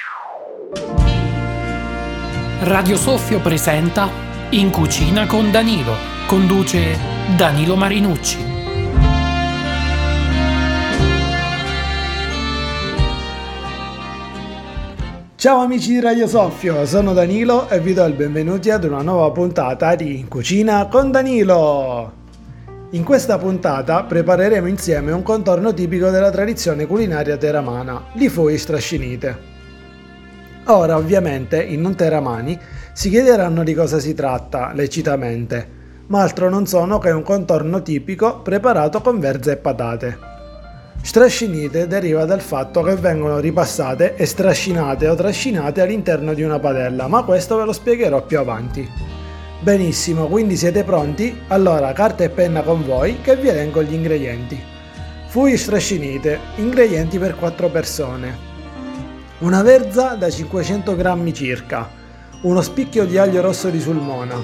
Radio Soffio presenta In cucina con Danilo. Conduce Danilo Marinucci. Ciao amici di Radio Soffio, sono Danilo e vi do il benvenuti ad una nuova puntata di In cucina con Danilo. In questa puntata prepareremo insieme un contorno tipico della tradizione culinaria teramana, li fui strascinite. Ora, ovviamente, i non teramani si chiederanno di cosa si tratta, lecitamente, ma altro non sono che un contorno tipico preparato con verze e patate. Strascinite deriva dal fatto che vengono ripassate e strascinate o trascinate all'interno di una padella, ma questo ve lo spiegherò più avanti. Benissimo, quindi siete pronti? Allora, carta e penna con voi che vi elenco gli ingredienti. Fui strascinite, ingredienti per 4 persone. Una verza da 500 g circa, uno spicchio di aglio rosso di Sulmona,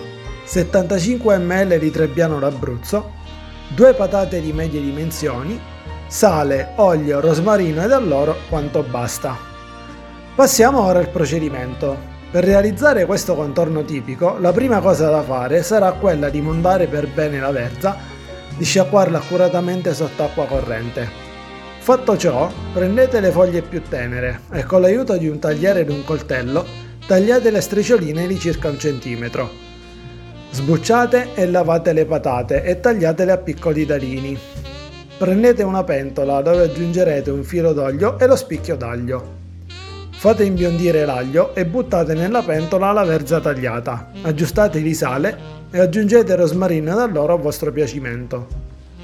75 ml di Trebbiano d'Abruzzo, 2 patate di medie dimensioni, sale, olio, rosmarino ed alloro quanto basta. Passiamo ora al procedimento. Per realizzare questo contorno tipico, la prima cosa da fare sarà quella di mondare per bene la verza, di sciacquarla accuratamente sotto acqua corrente. Fatto ciò, prendete le foglie più tenere e con l'aiuto di un tagliere ed un coltello tagliate le striscioline di circa 1 centimetro. Sbucciate e lavate le patate e tagliatele a piccoli dadini. Prendete una pentola dove aggiungerete un filo d'olio e lo spicchio d'aglio. Fate imbiondire l'aglio e buttate nella pentola la verza tagliata. Aggiustate di sale e aggiungete rosmarino ed alloro a vostro piacimento.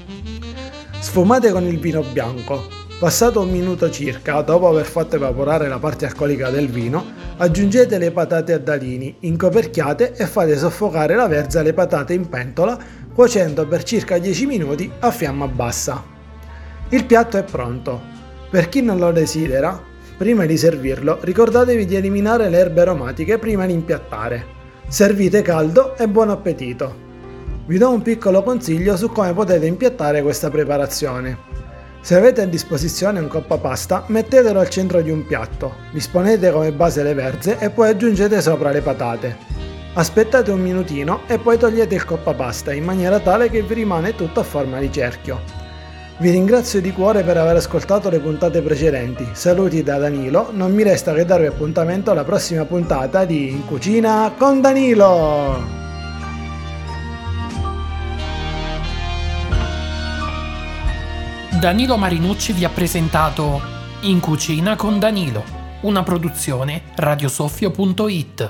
Sfumate con il vino bianco. Passato 1 minuto circa, dopo aver fatto evaporare la parte alcolica del vino, aggiungete le patate a dadini, incoperchiate e fate soffocare la verza e le patate in pentola, cuocendo per circa 10 minuti a fiamma bassa. Il piatto è pronto. Per chi non lo desidera, prima di servirlo, ricordatevi di eliminare le erbe aromatiche prima di impiattare. Servite caldo e buon appetito! Vi do un piccolo consiglio su come potete impiattare questa preparazione. Se avete a disposizione un coppapasta, mettetelo al centro di un piatto, disponete come base le verze e poi aggiungete sopra le patate. Aspettate 1 minutino e poi togliete il coppapasta in maniera tale che vi rimane tutto a forma di cerchio. Vi ringrazio di cuore per aver ascoltato le puntate precedenti. Saluti da Danilo, non mi resta che darvi appuntamento alla prossima puntata di In cucina con Danilo! Danilo Marinucci vi ha presentato In cucina con Danilo, una produzione radiosoffio.it.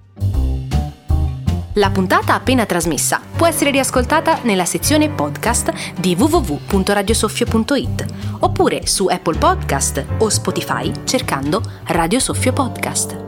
La puntata appena trasmessa può essere riascoltata nella sezione podcast di www.radiosoffio.it oppure su Apple Podcast o Spotify cercando Radio Soffio Podcast.